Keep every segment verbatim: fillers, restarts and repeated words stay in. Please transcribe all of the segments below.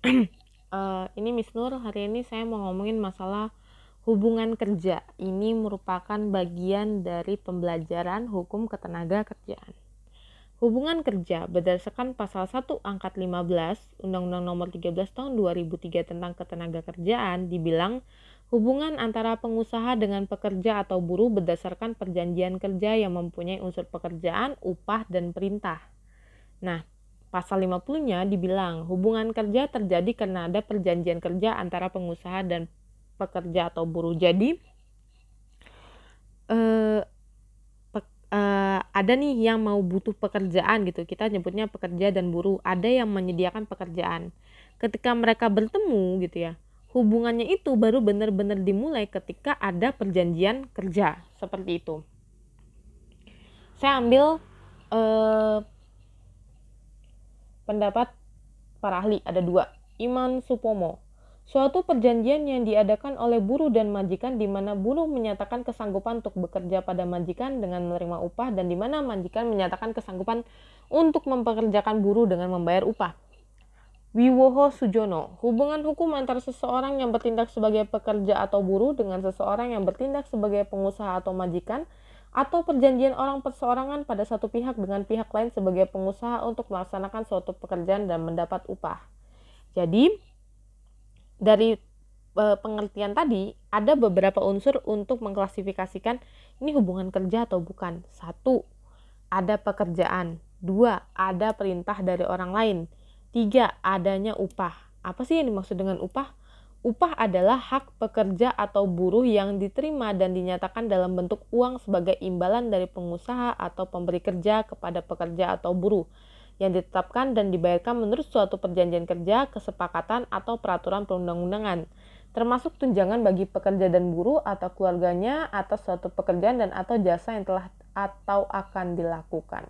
uh, ini Miss Nur, hari ini saya mau ngomongin masalah hubungan kerja. Ini merupakan bagian dari pembelajaran hukum ketenaga kerjaan. Hubungan kerja berdasarkan pasal satu angkat lima belas Undang-Undang Nomor tiga belas Tahun dua ribu tiga tentang ketenaga kerjaan dibilang hubungan antara pengusaha dengan pekerja atau buruh berdasarkan perjanjian kerja yang mempunyai unsur pekerjaan, upah, dan perintah. Nah, pasal lima puluh-nya dibilang hubungan kerja terjadi karena ada perjanjian kerja antara pengusaha dan pekerja atau buruh. Jadi eh, pe- eh, ada nih yang mau butuh pekerjaan gitu. Kita nyebutnya pekerja dan buruh. Ada yang menyediakan pekerjaan. Ketika mereka bertemu gitu ya, hubungannya itu baru benar-benar dimulai ketika ada perjanjian kerja. Seperti itu. Saya ambil eh, pendapat para ahli, ada dua. Iman Supomo. Suatu perjanjian yang diadakan oleh buruh dan majikan di mana buruh menyatakan kesanggupan untuk bekerja pada majikan dengan menerima upah dan di mana majikan menyatakan kesanggupan untuk mempekerjakan buruh dengan membayar upah. Wiwoho Sujono. Hubungan hukum antara seseorang yang bertindak sebagai pekerja atau buruh dengan seseorang yang bertindak sebagai pengusaha atau majikan atau perjanjian orang perseorangan pada satu pihak dengan pihak lain sebagai pengusaha untuk melaksanakan suatu pekerjaan dan mendapat upah. Jadi, dari e, pengertian tadi, ada beberapa unsur untuk mengklasifikasikan ini hubungan kerja atau bukan. Satu, ada pekerjaan. Dua, ada perintah dari orang lain. Tiga, adanya upah. Apa sih yang dimaksud dengan upah? Upah adalah hak pekerja atau buruh yang diterima dan dinyatakan dalam bentuk uang sebagai imbalan dari pengusaha atau pemberi kerja kepada pekerja atau buruh yang ditetapkan dan dibayarkan menurut suatu perjanjian kerja, kesepakatan, atau peraturan perundang-undangan, termasuk tunjangan bagi pekerja dan buruh atau keluarganya atas suatu pekerjaan dan atau jasa yang telah atau akan dilakukan.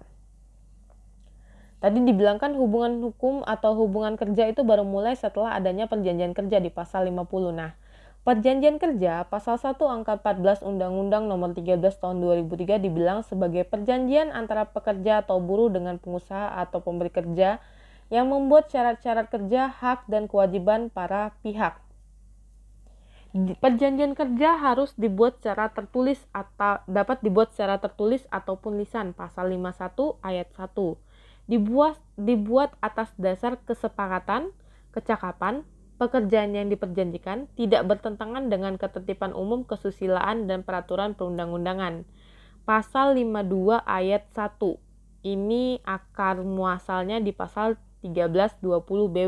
Tadi dibilangkan hubungan hukum atau hubungan kerja itu baru mulai setelah adanya perjanjian kerja di pasal lima puluh. Nah, perjanjian kerja pasal satu angka empat belas Undang-Undang Nomor tiga belas Tahun dua ribu tiga dibilang sebagai perjanjian antara pekerja atau buruh dengan pengusaha atau pemberi kerja yang membuat syarat-syarat kerja, hak, dan kewajiban para pihak. Perjanjian kerja harus dibuat secara tertulis atau dapat dibuat secara tertulis ataupun lisan, pasal lima puluh satu ayat satu. Dibuat dibuat atas dasar kesepakatan, kecakapan, pekerjaan yang diperjanjikan, tidak bertentangan dengan ketertiban umum, kesusilaan, dan peraturan perundang-undangan. Pasal lima puluh dua ayat satu. Ini akar muasalnya di pasal tiga belas dua puluh B W.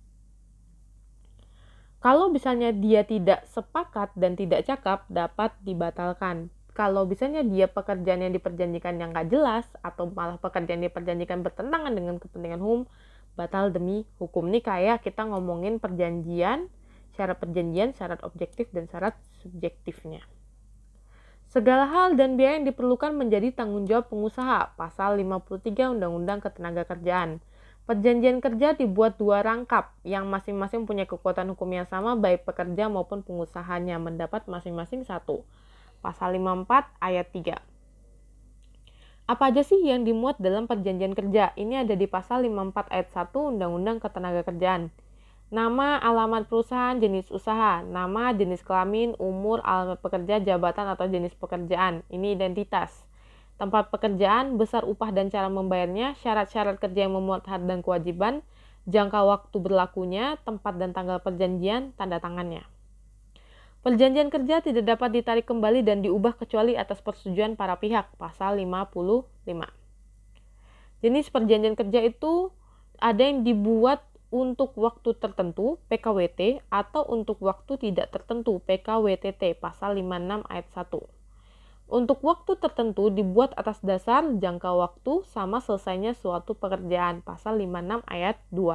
Kalau misalnya dia tidak sepakat dan tidak cakap, dapat dibatalkan. Kalau misalnya dia pekerjaan yang diperjanjikan yang nggak jelas, atau malah pekerjaan yang diperjanjikan bertentangan dengan kepentingan umum, batal demi hukum. Ini kayak kita ngomongin perjanjian, syarat perjanjian, syarat objektif, dan syarat subjektifnya. Segala hal dan biaya yang diperlukan menjadi tanggung jawab pengusaha, pasal lima puluh tiga Undang-Undang Ketenagakerjaan. Perjanjian kerja dibuat dua rangkap yang masing-masing punya kekuatan hukum yang sama baik pekerja maupun pengusahanya mendapat masing-masing satu. Pasal lima puluh empat ayat tiga. Apa aja sih yang dimuat dalam perjanjian kerja? Ini ada di pasal lima puluh empat ayat satu Undang-Undang Ketenagakerjaan. Nama, alamat perusahaan, jenis usaha, nama, jenis kelamin, umur, alamat pekerja, jabatan atau jenis pekerjaan. Ini identitas. Tempat pekerjaan, besar upah dan cara membayarnya, syarat-syarat kerja yang memuat hak dan kewajiban, jangka waktu berlakunya, tempat dan tanggal perjanjian, tanda tangannya. Perjanjian kerja tidak dapat ditarik kembali dan diubah kecuali atas persetujuan para pihak, pasal lima puluh lima. Jenis perjanjian kerja itu ada yang dibuat untuk waktu tertentu, P K W T, atau untuk waktu tidak tertentu, P K W T T, pasal lima puluh enam ayat satu. Untuk waktu tertentu dibuat atas dasar jangka waktu sama selesainya suatu pekerjaan, pasal lima puluh enam ayat dua.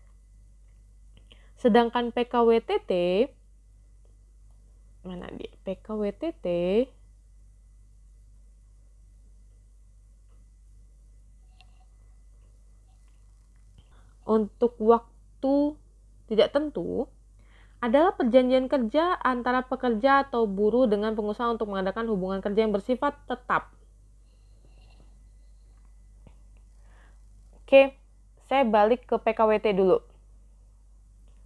Sedangkan P K W T T, mana dia? P K W T T untuk waktu tidak tentu adalah perjanjian kerja antara pekerja atau buruh dengan pengusaha untuk mengadakan hubungan kerja yang bersifat tetap. Oke, saya balik ke P K W T dulu.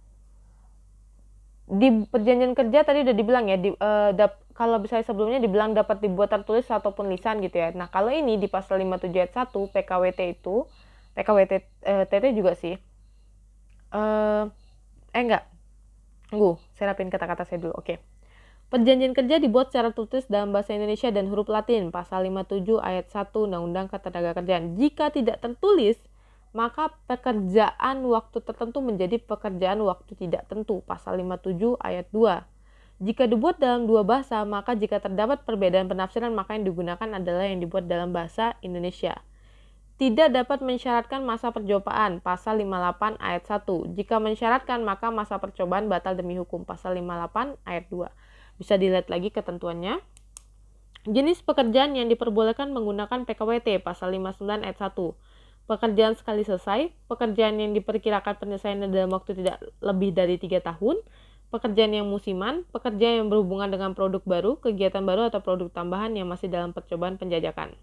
Di perjanjian kerja tadi udah dibilang ya, di, uh, dap, kalau misalnya sebelumnya dibilang dapat dibuat tertulis ataupun lisan gitu ya. Nah kalau ini di pasal lima puluh tujuh ayat satu P K W T itu, P K W T uh, T T juga sih. Uh, eh enggak, tunggu, saya rapin kata-kata saya dulu. Oke. Perjanjian kerja dibuat secara tertulis dalam bahasa Indonesia dan huruf Latin, pasal lima puluh tujuh ayat satu Undang-Undang Ketenagakerjaan. Jika tidak tertulis, maka pekerjaan waktu tertentu menjadi pekerjaan waktu tidak tentu, pasal lima puluh tujuh ayat dua. Jika dibuat dalam dua bahasa, maka jika terdapat perbedaan penafsiran, maka yang digunakan adalah yang dibuat dalam bahasa Indonesia. Tidak dapat mensyaratkan masa percobaan, pasal lima puluh delapan ayat satu. Jika mensyaratkan, maka masa percobaan batal demi hukum, pasal lima puluh delapan ayat dua. Bisa dilihat lagi ketentuannya. Jenis pekerjaan yang diperbolehkan menggunakan P K W T, pasal lima puluh sembilan ayat satu. Pekerjaan sekali selesai, pekerjaan yang diperkirakan penyelesaiannya dalam waktu tidak lebih dari tiga tahun, pekerjaan yang musiman, pekerjaan yang berhubungan dengan produk baru, kegiatan baru atau produk tambahan yang masih dalam percobaan penjajakan.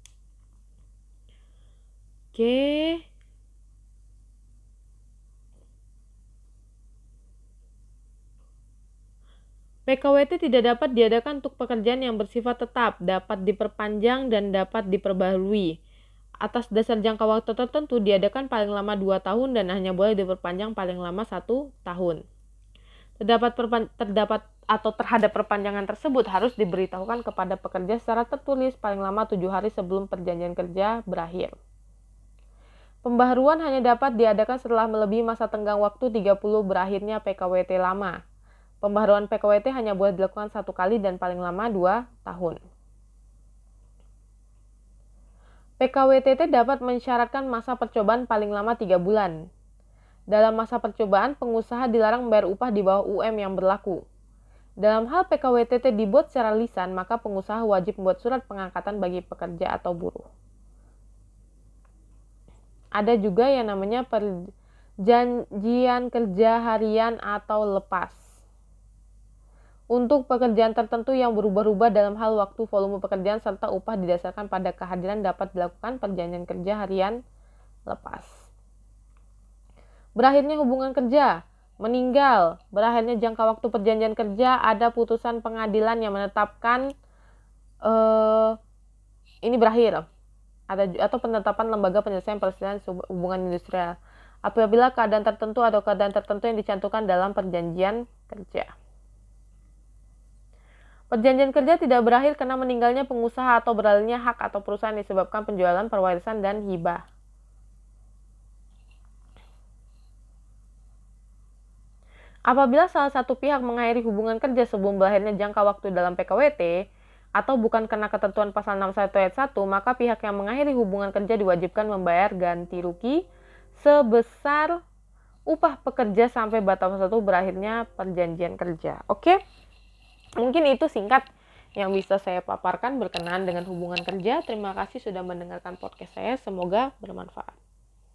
Oke. P K W T tidak dapat diadakan untuk pekerjaan yang bersifat tetap, dapat diperpanjang dan dapat diperbaharui. Atas dasar jangka waktu tertentu diadakan paling lama dua tahun dan hanya boleh diperpanjang paling lama satu tahun. Terdapat, terdapat atau terhadap perpanjangan tersebut harus diberitahukan kepada pekerja secara tertulis paling lama tujuh hari sebelum perjanjian kerja berakhir. Pembaharuan hanya dapat diadakan setelah melebihi masa tenggang waktu tiga puluh berakhirnya P K W T lama. Pembaharuan P K W T hanya boleh dilakukan satu kali dan paling lama dua tahun. P K W T T dapat mensyaratkan masa percobaan paling lama tiga bulan. Dalam masa percobaan, pengusaha dilarang membayar upah di bawah U M yang berlaku. Dalam hal P K W T T dibuat secara lisan, maka pengusaha wajib membuat surat pengangkatan bagi pekerja atau buruh. Ada juga yang namanya perjanjian kerja harian atau lepas. Untuk pekerjaan tertentu yang berubah-ubah dalam hal waktu, volume pekerjaan, serta upah didasarkan pada kehadiran dapat dilakukan perjanjian kerja harian lepas. Berakhirnya hubungan kerja, meninggal, berakhirnya jangka waktu perjanjian kerja, ada putusan pengadilan yang menetapkan uh, ini berakhir, ada atau penetapan lembaga penyelesaian perselisihan hubungan industrial apabila keadaan tertentu atau keadaan tertentu yang dicantumkan dalam perjanjian kerja. Perjanjian kerja tidak berakhir karena meninggalnya pengusaha atau beralihnya hak atau perusahaan disebabkan penjualan, perwarisan, dan hibah. Apabila salah satu pihak mengakhiri hubungan kerja sebelum berakhirnya jangka waktu dalam P K W T atau bukan karena ketentuan pasal enam puluh satu ayat satu, maka pihak yang mengakhiri hubungan kerja diwajibkan membayar ganti rugi sebesar upah pekerja sampai batas waktu berakhirnya perjanjian kerja. Oke? Mungkin itu singkat yang bisa saya paparkan berkenaan dengan hubungan kerja. Terima kasih sudah mendengarkan podcast saya. Semoga bermanfaat.